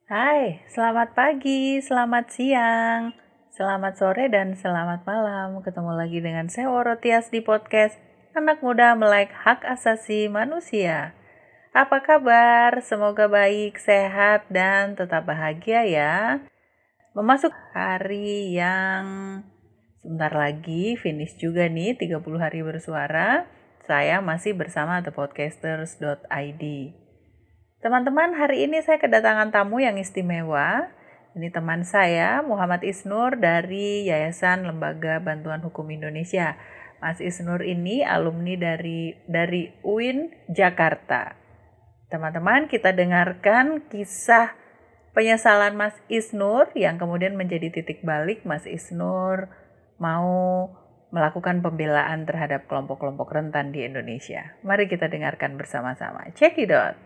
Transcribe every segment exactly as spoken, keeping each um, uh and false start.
Hai, selamat pagi, selamat siang, selamat sore, dan selamat malam. Ketemu lagi dengan saya Worotias di podcast Anak Muda Melek Hak Asasi Manusia. Apa kabar? Semoga baik, sehat, dan tetap bahagia ya. Memasuki hari yang sebentar lagi finish juga nih, tiga puluh hari bersuara. Saya masih bersama the podcasters dot i d. Teman-teman, hari ini saya kedatangan tamu yang istimewa. Ini teman saya, Muhammad Isnur dari Yayasan Lembaga Bantuan Hukum Indonesia. Mas Isnur ini alumni dari dari U I N Jakarta. Teman-teman, kita dengarkan kisah penyesalan Mas Isnur yang kemudian menjadi titik balik Mas Isnur mau melakukan pembelaan terhadap kelompok-kelompok rentan di Indonesia. Mari kita dengarkan bersama-sama. Check it out.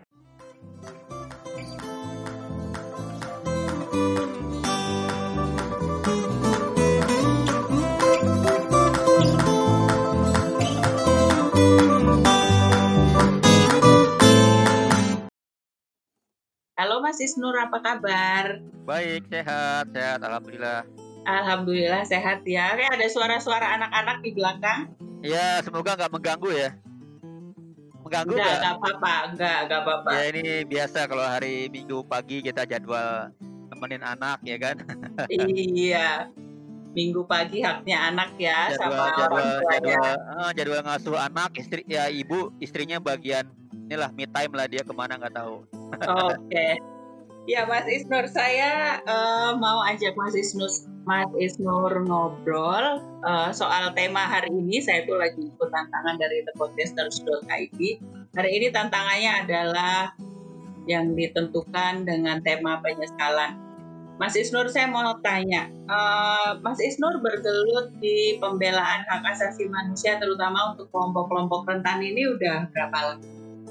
Halo Mas Isnur, apa kabar? Baik, sehat, sehat, alhamdulillah. Alhamdulillah sehat ya. Kayak ada suara-suara anak-anak di belakang. Ya, semoga nggak mengganggu ya. Mengganggu Enggak, nggak? enggak apa-apa, enggak, enggak apa-apa. Ya ini biasa kalau hari Minggu pagi kita jadwal temenin anak ya kan. Iya, Minggu pagi haknya anak ya Jadwal sama jadwal orang tuanya. jadwal eh, jadwal ngasuh anak, istri ya ibu, istrinya bagian inilah me time lah, dia kemana nggak tahu. Oke. Ya Mas Isnur, saya uh, mau ajak Mas Isnur Mas Isnur ngobrol uh, soal tema hari ini. Saya tuh lagi ikut tantangan dari the podcasters dot i d. Hari ini tantangannya adalah yang ditentukan dengan tema penyesalan. Mas Isnur, saya mau tanya, uh, Mas Isnur bergelut di pembelaan hak asasi manusia, terutama untuk kelompok-kelompok rentan ini udah berapa lama?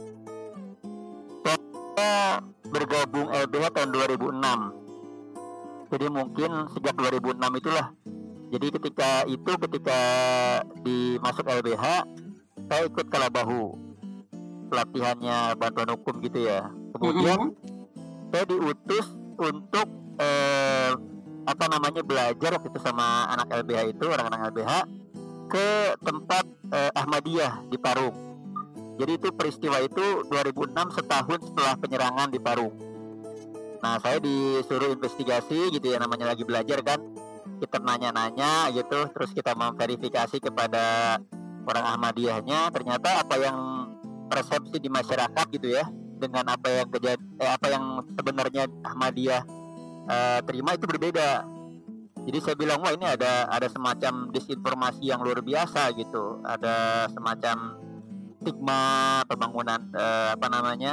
Saya bergabung L B H tahun dua ribu enam. Jadi mungkin sejak dua ribu enam itulah. Jadi ketika itu ketika dimasuk L B H, saya ikut Kalabahu, pelatihannya bantuan hukum gitu ya. Kemudian mm-hmm. saya diutus untuk eh, apa namanya belajar waktu itu sama anak L B H itu, orang-orang L B H ke tempat eh, Ahmadiyah di Parung. Jadi itu peristiwa itu dua ribu enam, setahun setelah penyerangan di Parung. Nah, saya disuruh investigasi gitu ya, namanya lagi belajar kan. Kita nanya-nanya gitu, terus kita memverifikasi kepada orang Ahmadiyahnya. Ternyata apa yang persepsi di masyarakat gitu ya, dengan apa yang kejad- eh, apa yang sebenarnya Ahmadiyah eh, terima itu berbeda. Jadi saya bilang, wah ini ada ada semacam disinformasi yang luar biasa gitu. Ada semacam stigma pembangunan eh, apa namanya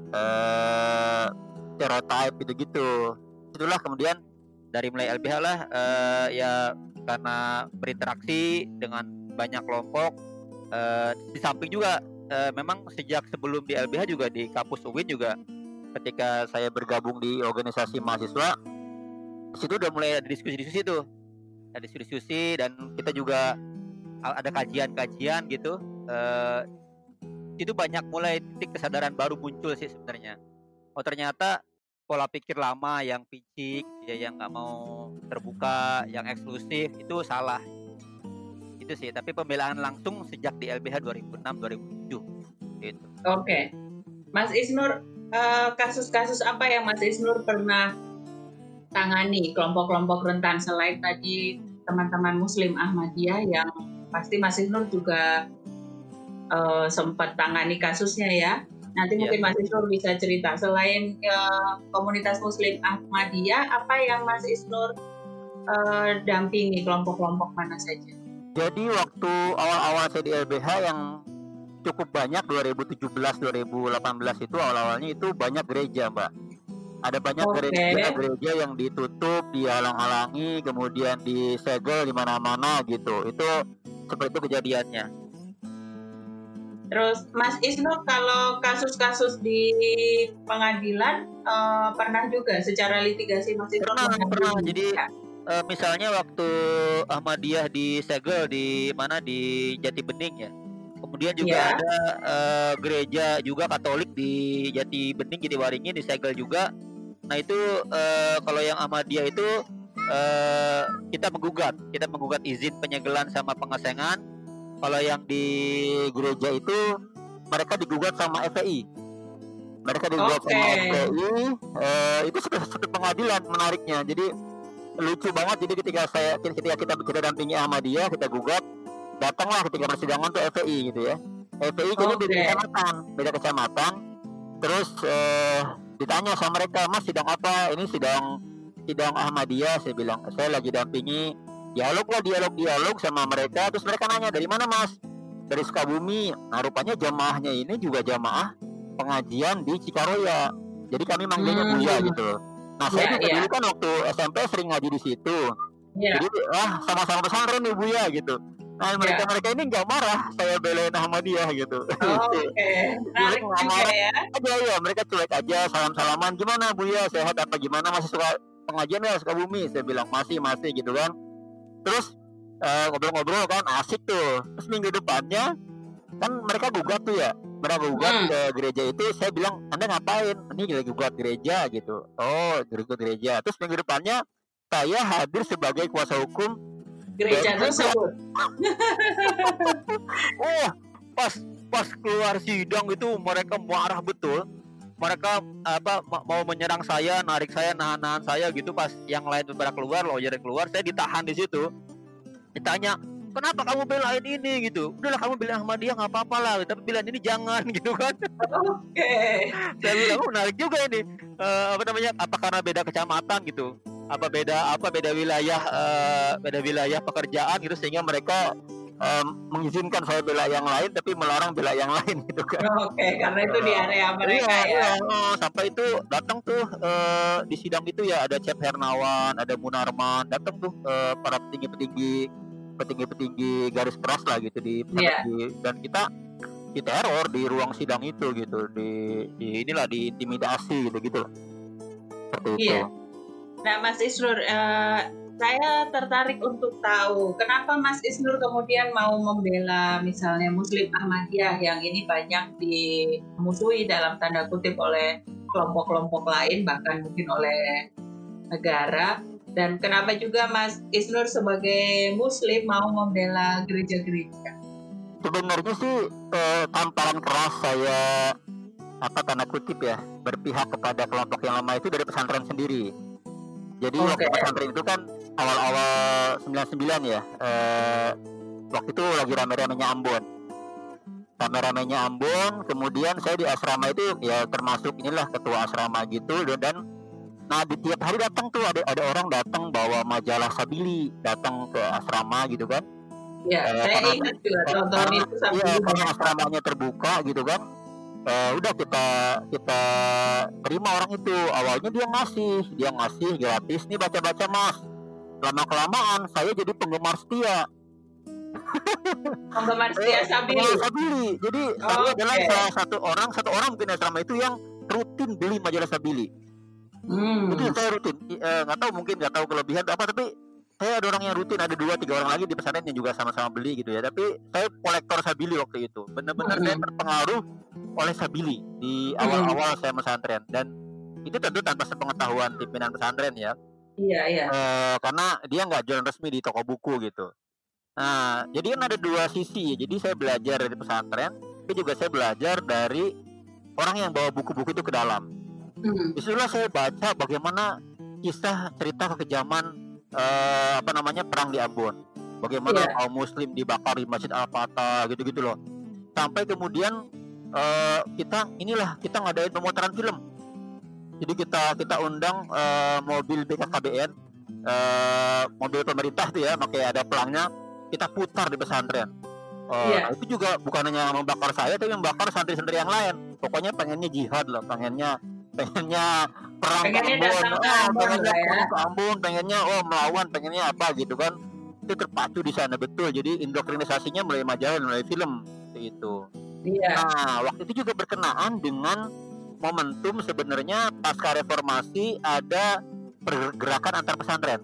eh, stereotype gitu-gitu. Itulah kemudian dari mulai L B H lah eh, ya karena berinteraksi dengan banyak kelompok. Eh, di samping juga eh, memang sejak sebelum di L B H juga di kampus U I N juga, ketika saya bergabung di organisasi mahasiswa, di situ udah mulai ada diskusi-diskusi tuh, ada diskusi dan kita juga ada kajian-kajian gitu. Eh, itu banyak mulai titik kesadaran baru muncul sih sebenarnya. Oh ternyata pola pikir lama yang picik ya, yang nggak mau terbuka, yang eksklusif itu salah. Itu sih. Tapi pembelaan langsung sejak di L B H dua ribu enam dua ribu tujuh gitu. Oke, okay. Mas Isnur, uh, kasus-kasus apa yang Mas Isnur pernah tangani kelompok-kelompok rentan selain tadi teman-teman Muslim Ahmadiyah yang pasti Mas Isnur juga Uh, sempat tangani kasusnya ya. Nanti mungkin yeah. Mas Isnur bisa cerita selain uh, komunitas Muslim Ahmadiyah, apa yang Mas Isnur uh, dampingi, kelompok-kelompok mana saja? Jadi waktu awal-awal saya di L B H yang cukup banyak dua ribu tujuh belas dua ribu delapan belas itu awal-awalnya itu banyak gereja, Mbak. Ada banyak okay. gereja-gereja yang ditutup, dihalang-halangi, kemudian disegel di mana-mana gitu. Itu seperti itu kejadiannya. Terus Mas Isnur kalau kasus-kasus di pengadilan uh, pernah juga secara litigasi Mas Isnur? Pernah, pernah. Jadi uh, misalnya waktu Ahmadiyah disegel di mana di Jati Bening ya. Kemudian juga yeah. ada uh, gereja juga Katolik di Jati Bening, Jatiwaringin disegel juga. Nah itu uh, kalau yang Ahmadiyah itu uh, kita menggugat, kita menggugat izin penyegelan sama pengesengan. Kalau yang di gereja itu mereka digugat sama F P I. Mereka digugat Oke. sama F P I. Uh, itu seperti pengadilan menariknya. Jadi lucu banget. Jadi ketika saya ketika kita kita dampingi Ahmadiyah, kita gugat, datanglah ketika persidangan tuh F P I gitu ya. F P I jadi Oke. beda kecamatan, beda kecamatan. Terus uh, ditanya sama mereka, Mas sidang apa? Ini sidang sidang Ahmadiyah. Saya bilang, saya lagi dampingi dialog lah, dialog-dialog sama mereka. Terus mereka nanya, dari mana Mas? Dari Sukabumi. Nah rupanya jamaahnya ini juga jamaah pengajian di Cikaroya. Jadi kami manggilnya Hmm. Buya gitu. Nah saya Iya, juga iya. dulu kan waktu S M P sering ngaji di situ. Iya. Jadi ah sama-sama pesantren nih Buya gitu. Nah mereka mereka ini nggak marah saya belain Ahmadiyah gitu. Oke, menarik Mereka nggak juga marah ya. aja ya, mereka cuek aja, salam-salaman, gimana Buya, sehat apa gimana, masih suka pengajian ya Sukabumi? Saya bilang masih masih gitu kan. Terus uh, ngobrol-ngobrol kan asik tuh. Terus minggu depannya kan mereka gugat tuh ya, mereka gugat Hmm. ke gereja itu. Saya bilang, Anda ngapain? Ini lagi gugat gereja gitu. Oh gugat gereja. Terus minggu depannya saya hadir sebagai kuasa hukum Gereja tersebut. Oh, pas pas keluar sidang itu mereka marah betul. Mereka apa mau menyerang saya, narik saya, nahan-nahan saya gitu. Pas yang lain pada keluar, lawyer keluar, saya ditahan di situ. Ditanya, kenapa kamu belain ini gitu? Udahlah kamu bilang Ahmadiyah nggak apa-apa lah, tapi bilang ini jangan gitu kan. Oke. Saya bilang, oh menarik juga ini. Uh, apa namanya? Apa karena beda kecamatan gitu? Apa beda apa beda wilayah uh, beda wilayah pekerjaan gitu sehingga mereka um, mengizinkan saya bela yang lain tapi melarang bela yang lain gitu kan. Oke, karena itu di area mereka iya, ya. iya. Oh, sampai itu datang tuh uh, di sidang itu ya ada Cep Hernawan, ada Munarman, datang tuh uh, para petinggi-petinggi petinggi-petinggi garis keras lah gitu di, Iya. di dan kita diteror di ruang sidang itu gitu, di, di inilah diintimidasi gitu gitu loh. Seperti itu. Iya. Nah, Mas Isnur, uh, saya tertarik untuk tahu kenapa Mas Isnur kemudian mau membela misalnya Muslim Ahmadiyah yang ini banyak dimusuhi dalam tanda kutip oleh kelompok-kelompok lain, bahkan mungkin oleh negara. Dan kenapa juga Mas Isnur sebagai Muslim mau membela gereja-gereja? Sebenarnya sih eh, tamparan keras saya apa tanda kutip ya berpihak kepada kelompok yang lama itu dari pesantren sendiri. Jadi Oke. waktu pesantren itu kan awal-awal sembilan puluh sembilan ya, eh, waktu itu lagi rame-ramenya Ambon, rame-ramenya Ambon. Kemudian saya di asrama itu ya termasuk inilah ketua asrama gitu dan nah di tiap hari datang tuh ada ada orang datang bawa majalah Sabili datang ke asrama gitu kan. Ya, Eh, saya karena- ingat juga tahun-tahun karena- itu sampai Iya, dulu. karena asramanya terbuka gitu kan. Eh, udah kita kita terima orang itu. Awalnya dia ngasih, dia ngasih gratis nih baca-baca Mas. Lama kelamaan saya jadi penggemar setia. Penggemar setia Sabili. Penggemar Sabili. Jadi saya Oke. adalah salah satu orang, satu orang mungkin asrama itu yang rutin beli majalah Sabili. Hmm. Jadi saya rutin. Eh, nggak tahu mungkin nggak tahu kelebihan atau apa, tapi saya ada orang yang rutin, ada dua tiga orang lagi di pesantren yang juga sama-sama beli gitu ya. Tapi saya kolektor Sabili waktu itu. Benar-benar Hmm. saya terpengaruh oleh Sabili di awal-awal saya pesantren dan itu tentu tanpa sepengetahuan pimpinan pesantren ya. Iya, iya. Eh, karena dia nggak jualan resmi di toko buku gitu. Nah, jadi kan ada dua sisi. Jadi saya belajar dari pesantren, tapi juga saya belajar dari orang yang bawa buku-buku itu ke dalam. Hmm. Disitulah saya baca bagaimana kisah cerita kekejaman eh, apa namanya perang di Ambon. Bagaimana Iya. kaum muslim dibakar di Masjid Al-Fatah gitu-gitu loh. Sampai kemudian eh, kita inilah kita ngadain pemutaran film. Jadi kita kita undang eh, mobil B K K B N, eh, mobil pemerintah tuh ya, pakai ada pelangnya, kita putar di pesantren. Eh, Iya. nah, itu juga bukan hanya membakar saya, tapi membakar santri-santri yang lain. Pokoknya pengennya jihad lah, pengennya pengennya perang ke Pengennya Ambon, datang ke oh, Ambon pengennya lah ya. perang ke Ambon, pengennya oh melawan, pengennya apa gitu kan. Itu terpacu di sana betul. Jadi indoktrinisasinya mulai majalah, mulai film itu. Iya. Nah, waktu itu juga berkenaan dengan momentum sebenarnya pasca reformasi ada pergerakan antar pesantren.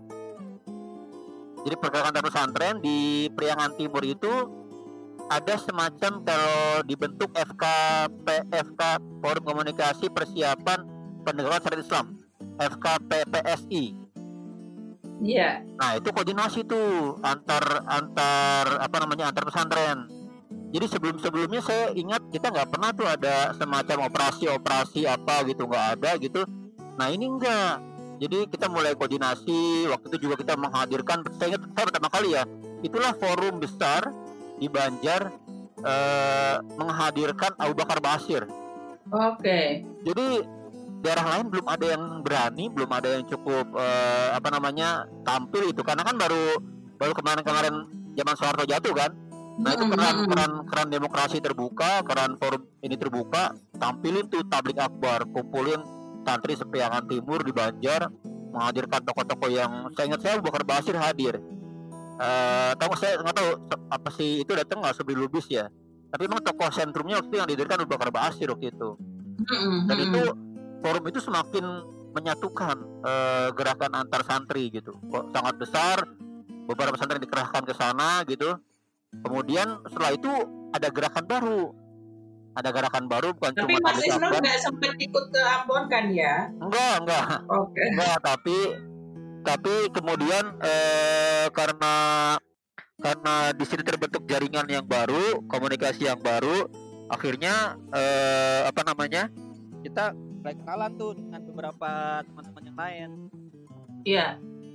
Jadi pergerakan antar pesantren di Priangan Timur itu ada semacam kalau dibentuk F K P F K Forum Komunikasi Persiapan Penegakan Syariat Islam, F K P P S I. Iya. Nah itu koordinasi tuh antar antar apa namanya antar pesantren. Jadi sebelum sebelumnya saya ingat kita nggak pernah tuh ada semacam operasi-operasi apa gitu, nggak ada gitu. Nah ini enggak. Jadi kita mulai koordinasi. Waktu itu juga kita menghadirkan. Saya ingat saya pertama kali ya. Itulah forum besar di Banjar eh, menghadirkan Abu Bakar Bashir. Oke. Okay. Jadi daerah lain belum ada yang berani, belum ada yang cukup eh, apa namanya tampil itu, karena kan baru baru kemarin-kemarin zaman Soeharto jatuh kan. Nah itu keran keran keran demokrasi terbuka, keran forum ini terbuka, tampilin tuh tablik akbar, kumpulin santri Sepriangan Timur di Banjar, menghadirkan tokoh-tokoh yang saya ingat saya Abu Bakar Bashir hadir. Uh, tahu saya nggak tahu apa sih itu datang nggak Sobri Lubis ya, tapi memang tokoh sentrumnya waktu itu yang dihadirkan Abu Bakar Bashir waktu itu. Dan itu forum itu semakin menyatukan uh, gerakan antar santri gitu, kok sangat besar, beberapa santri dikerahkan ke sana gitu. Kemudian setelah itu ada gerakan baru, ada gerakan baru bukan tapi cuma Mas Isnur nggak sempat ikut ke Ambon kan ya? Enggak, enggak. Oke. Okay. Enggak, tapi tapi kemudian eh, karena karena di sini terbentuk jaringan yang baru, komunikasi yang baru, akhirnya eh, apa namanya? Kita mulai kenalan tuh dengan beberapa teman-teman yang lain. Iya.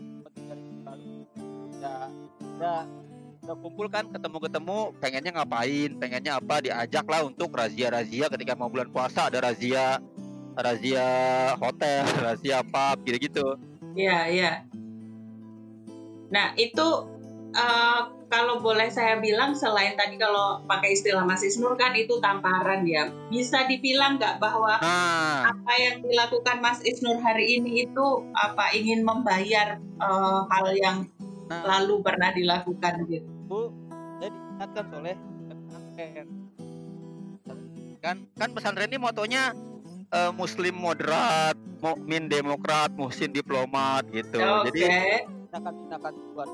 Udah, udah, udah kumpul kan, ketemu-ketemu, pengennya ngapain, pengennya apa, diajak lah untuk razia-razia ketika mau bulan puasa, ada razia razia hotel, razia pub, gitu-gitu. Iya, iya. Nah, itu uh, kalau boleh saya bilang, selain tadi kalau pakai istilah Mas Isnur kan itu tamparan ya. Bisa dibilang nggak bahwa nah. apa yang dilakukan Mas Isnur hari ini itu apa ingin membayar uh, hal yang nah. lalu pernah dilakukan gitu? Bu, saya diingatkan oleh pesantren. Kan, kan pesantren ini motonya uh, Muslim moderat, mukmin demokrat, muhsin diplomat gitu. Okay. Jadi tindakan-tindakan buat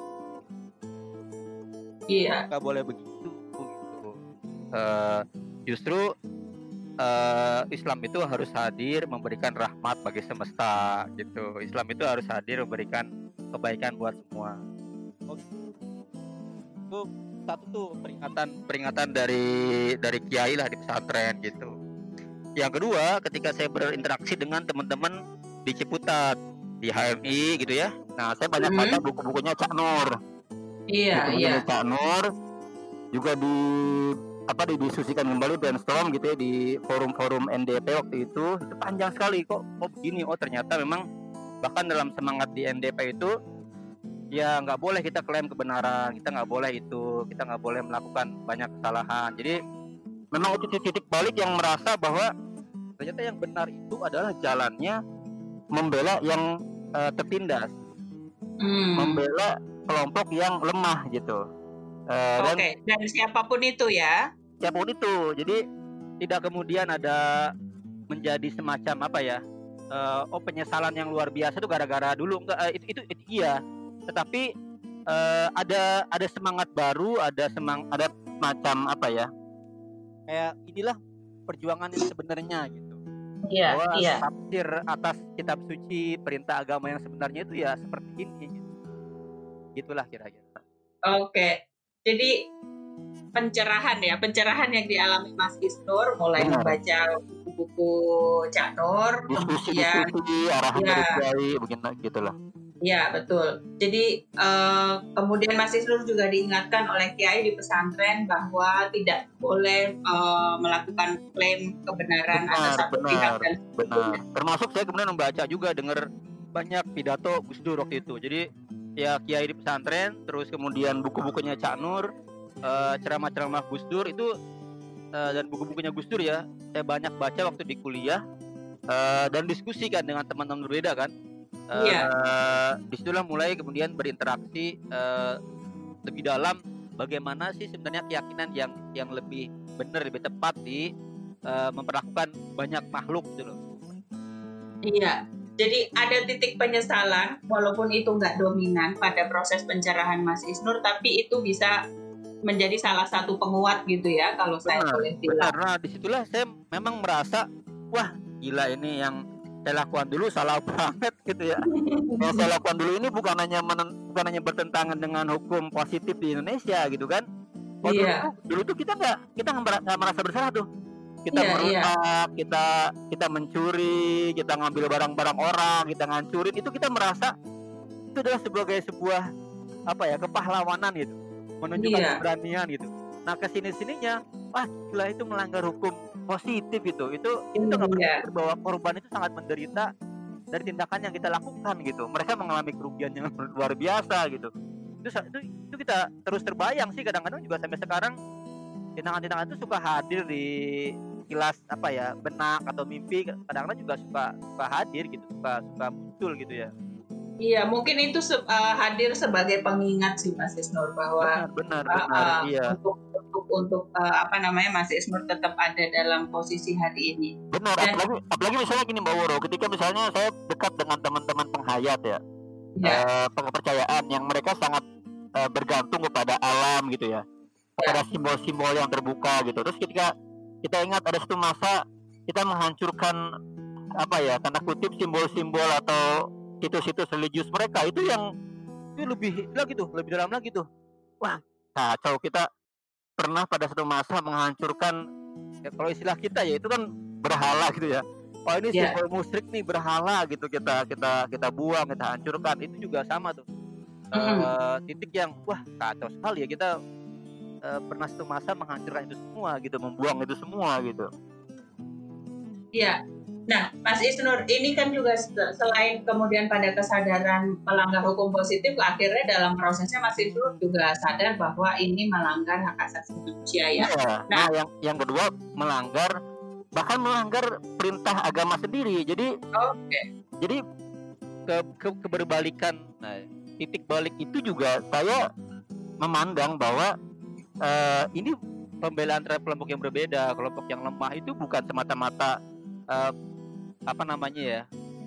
iya, nggak boleh begitu gitu. Uh, justru uh, Islam itu harus hadir memberikan rahmat bagi semesta gitu. Islam itu harus hadir memberikan kebaikan buat semua. Oh, itu satu tuh peringatan peringatan dari dari kiai lah di pesantren gitu. Yang kedua, ketika saya berinteraksi dengan teman-teman di Ciputat, di H M I gitu ya. Nah, saya banyak baca mm-hmm. buku-bukunya Cak Nur. Iya, buku iya. Cak Nur juga di apa didiskusikan kembali brainstorm gitu ya di forum-forum N D P waktu itu. Itu panjang sekali kok. Oh begini, oh ternyata memang bahkan dalam semangat di N D P itu ya nggak boleh kita klaim kebenaran, kita nggak boleh itu, kita nggak boleh melakukan banyak kesalahan. Jadi memang itu titik balik yang merasa bahwa ternyata yang benar itu adalah jalannya membela yang uh, tertindas, hmm. membela kelompok yang lemah gitu. Uh, Oke, okay. dan, dan siapapun itu ya? Siapapun itu. Jadi tidak kemudian ada menjadi semacam apa ya? Uh, oh penyesalan yang luar biasa itu gara-gara dulu enggak uh, itu, itu itu iya. Tetapi uh, ada ada semangat baru, ada semang ada macam apa ya? Kayak inilah perjuangan yang sebenarnya gitu. Iya, bahwa iya. tafsir atas kitab suci, perintah agama yang sebenarnya itu ya seperti ini gitu. Gitulah kira-kira. Oke. Jadi pencerahan ya, pencerahan yang dialami Mas Isnur mulai Benar. membaca buku-buku Cak Nur, kemudian arahan ya, dari kiai begini gitulah. Ya, betul. Jadi uh, kemudian Mas Isnur juga diingatkan oleh kiai di pesantren bahwa tidak boleh uh, melakukan klaim kebenaran benar, atas satu benar, pihak dan benar. Termasuk saya kemudian membaca juga dengar banyak pidato Gus Dur waktu itu. Jadi ya kiai di pesantren, terus kemudian buku-bukunya Cak Nur, uh, ceramah-ceramah Gus Dur itu uh, dan buku-bukunya Gus Dur ya, saya banyak baca waktu di kuliah uh, dan diskusi kan dengan teman-teman berbeda kan. Uh, yeah. uh, disitulah mulai kemudian berinteraksi uh, lebih dalam bagaimana sih sebenarnya keyakinan yang yang lebih benar, lebih tepat di uh, memperlakukan banyak makhluk gitu loh. Iya, jadi ada titik penyesalan walaupun itu nggak dominan pada proses pencerahan Mas Isnur, tapi itu bisa menjadi salah satu penguat gitu ya kalau benar, saya boleh bilang. Karena disitulah saya memang merasa wah gila ini yang saya lakukan dulu salah banget gitu ya. Yang saya lakukan dulu ini bukan hanya menen, bukan hanya bertentangan dengan hukum positif di Indonesia gitu kan. Oh, dulu, Iya. tuh, dulu tuh kita nggak kita nggak merasa bersalah tuh. Kita Iya, iya. merusak, kita kita mencuri, kita ngambil barang-barang orang, kita ngancurin, itu kita merasa itu adalah sebagai sebuah apa ya, kepahlawanan gitu, menunjukkan Iya. keberanian gitu. Nah kesini-sininya, wah gila itu melanggar hukum positif itu, itu itu nggak Iya. berpikir bahwa korban itu sangat menderita dari tindakan yang kita lakukan gitu. Mereka mengalami kerugian yang luar biasa gitu. Itu itu, itu kita terus terbayang sih, kadang-kadang juga sampai sekarang tindakan-tindakan itu suka hadir di kilas apa ya, benak atau mimpi, kadang-kadang juga suka suka hadir gitu, suka suka muncul gitu ya. Iya, mungkin itu se- uh, hadir sebagai pengingat sih Mas Isnur bahwa benar benar, uh, benar uh, iya. untuk untuk untuk uh, apa namanya Mas Isnur tetap ada dalam posisi hari ini. Benar, Dan, apalagi apalagi misalnya gini Mbak Woro, ketika misalnya saya dekat dengan teman-teman penghayat ya, ya. uh, kepercayaan yang mereka sangat uh, bergantung kepada alam gitu ya, kepada simbol-simbol yang terbuka gitu. Terus ketika kita ingat ada satu masa kita menghancurkan apa ya, tanda kutip simbol-simbol atau situs-situs religius mereka, itu yang itu lebih lagi tuh, lebih dalam lagi tuh. Wah, kacau. Kita pernah pada satu masa menghancurkan ya, kalau istilah kita ya itu kan berhala gitu ya. Oh ini Yeah. simbol musyrik nih, berhala gitu, kita kita kita buang, kita hancurkan. Itu juga sama tuh. Mm-hmm. Uh, titik yang wah kacau sekali ya, kita uh, pernah satu masa menghancurkan itu semua gitu, membuang itu semua gitu. Iya. Nah, Mas Isnur, ini kan juga selain kemudian pada kesadaran melanggar hukum positif, akhirnya dalam prosesnya Mas Isnur juga sadar bahwa ini melanggar hak asasi manusia ya. Iya. Nah, nah yang yang kedua melanggar, bahkan melanggar perintah agama sendiri. Jadi, oke. Okay. Jadi ke, ke keberbalikan, nah, titik balik itu juga saya memandang bahwa uh, ini pembelaan terhadap kelompok yang berbeda, kelompok yang lemah itu bukan semata-mata uh, apa namanya ya,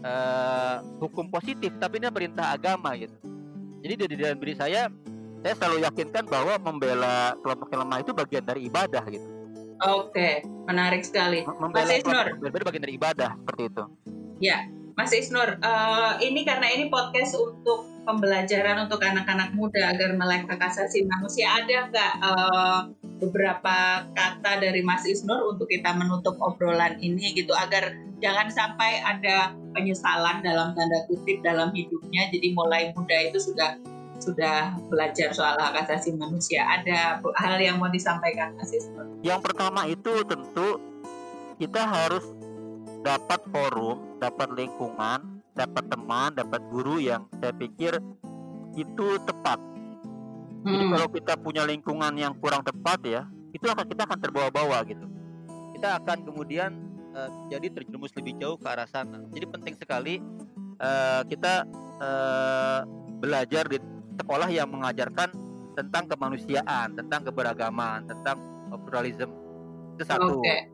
uh, hukum positif, tapi ini perintah agama gitu. Jadi di dalam diri saya, saya selalu yakinkan bahwa membela kelompok yang lemah itu bagian dari ibadah gitu. Oke, menarik sekali. Membela Mas Isnur, berbeda bagian dari ibadah seperti itu. Ya, Mas Isnur, uh, ini karena ini podcast untuk pembelajaran untuk anak-anak muda agar melek hak asasi manusia, ada nggak uh, beberapa kata dari Mas Isnur untuk kita menutup obrolan ini gitu, agar jangan sampai ada penyesalan dalam tanda kutip dalam hidupnya, jadi mulai muda itu sudah sudah belajar soal hak asasi manusia. Ada hal yang mau disampaikan Mas Isnur? Yang pertama itu tentu kita harus dapat forum, dapat lingkungan, dapat teman, dapat guru yang saya pikir itu tepat. Hmm. Jadi kalau kita punya lingkungan yang kurang tepat ya, itu akan kita akan terbawa-bawa gitu. Kita akan kemudian uh, jadi terjerumus lebih jauh ke arah sana. Jadi penting sekali uh, kita uh, belajar di sekolah yang mengajarkan tentang kemanusiaan, tentang keberagaman, tentang pluralisme. Itu satu. Okay.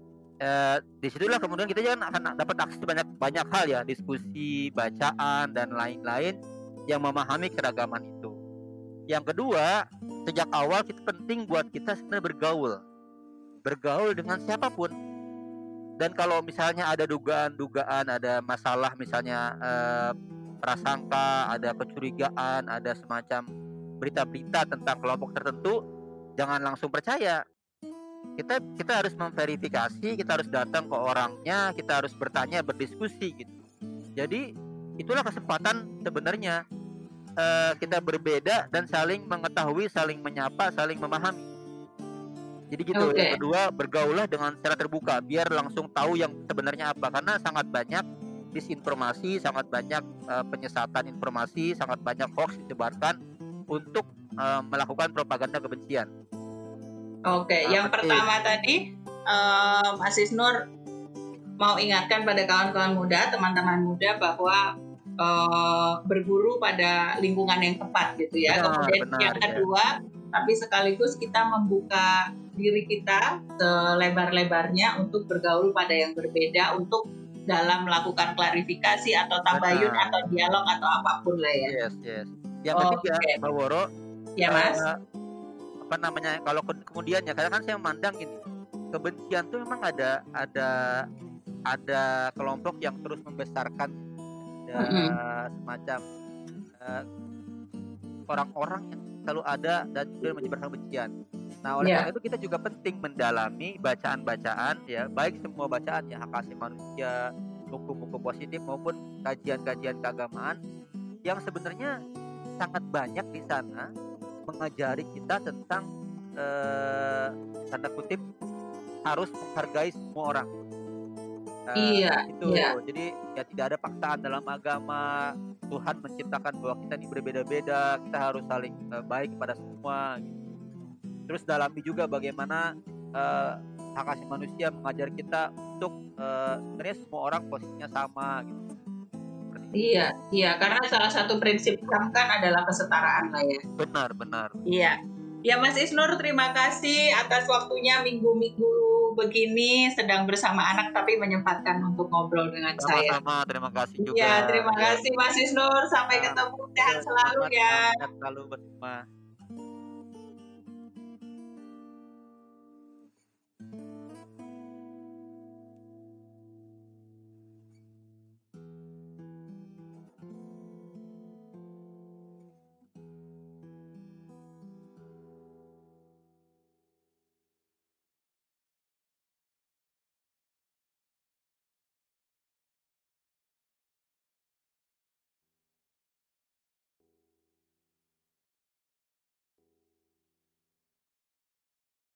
Uh, disitulah kemudian kita jangan akan dapat akses banyak banyak hal ya, diskusi, bacaan dan lain-lain yang memahami keragaman itu. Yang kedua, sejak awal kita penting buat kita sebenarnya bergaul, bergaul dengan siapapun. Dan kalau misalnya ada dugaan-dugaan, ada masalah misalnya uh, prasangka, ada kecurigaan, ada semacam berita-berita tentang kelompok tertentu, jangan langsung percaya. Kita kita harus memverifikasi, kita harus datang ke orangnya, kita harus bertanya, berdiskusi gitu. Jadi itulah kesempatan sebenarnya uh, kita berbeda dan saling mengetahui, saling menyapa, saling memahami. Jadi gitu. Okay. Yang kedua, bergaulah dengan secara terbuka, biar langsung tahu yang sebenarnya apa. Karena sangat banyak disinformasi, sangat banyak uh, penyesatan informasi, sangat banyak hoax disebarkan untuk uh, melakukan propaganda kebencian. Oke, okay, nah, yang pertama tadi uh, Mas Isnur mau ingatkan pada kawan-kawan muda, teman-teman muda bahwa uh, berguru pada lingkungan yang tepat gitu ya. Benar, Kemudian benar, yang kedua, ya. Tapi sekaligus kita membuka diri kita selebar-lebarnya untuk bergaul pada yang berbeda, untuk dalam melakukan klarifikasi atau tabayun benar. Atau dialog atau apapun lah ya. Yes, yes. Yang ketiga, okay. Mbak Woro. Ya Mas. Uh, apa namanya, kalau kemudiannya, karena kan saya memandang ini kebencian tuh memang ada ada ada kelompok yang terus membesarkan ada Mm-mm. semacam uh, orang-orang yang selalu ada dan kemudian menyebarkan kebencian. Nah, oleh Ya. karena itu kita juga penting mendalami bacaan-bacaan ya, baik semua bacaan ya, hak asasi manusia, hukum-hukum positif maupun kajian-kajian keagamaan yang sebenarnya sangat banyak di sana mengajari kita tentang eh, tanda kutip harus menghargai semua orang. Eh, Iya, itu iya. jadi ya tidak ada paksaan dalam agama. Tuhan menciptakan bahwa kita ini berbeda-beda, kita harus saling eh, baik kepada semua gitu. Terus dalami juga bagaimana eh, hak asasi manusia mengajar kita untuk eh, sebenarnya semua orang posisinya sama gitu. Iya, iya, karena salah satu prinsip Islam kan adalah kesetaraan lah ya. Benar, benar. Iya. Ya Mas Isnur, terima kasih atas waktunya minggu-minggu begini sedang bersama anak tapi menyempatkan untuk ngobrol dengan saya. Sama-sama, terima kasih juga. Iya, terima Ya. kasih Mas Isnur. Sampai Ya. ketemu, sehat selalu Selamat, ya. sehat selalu bersama.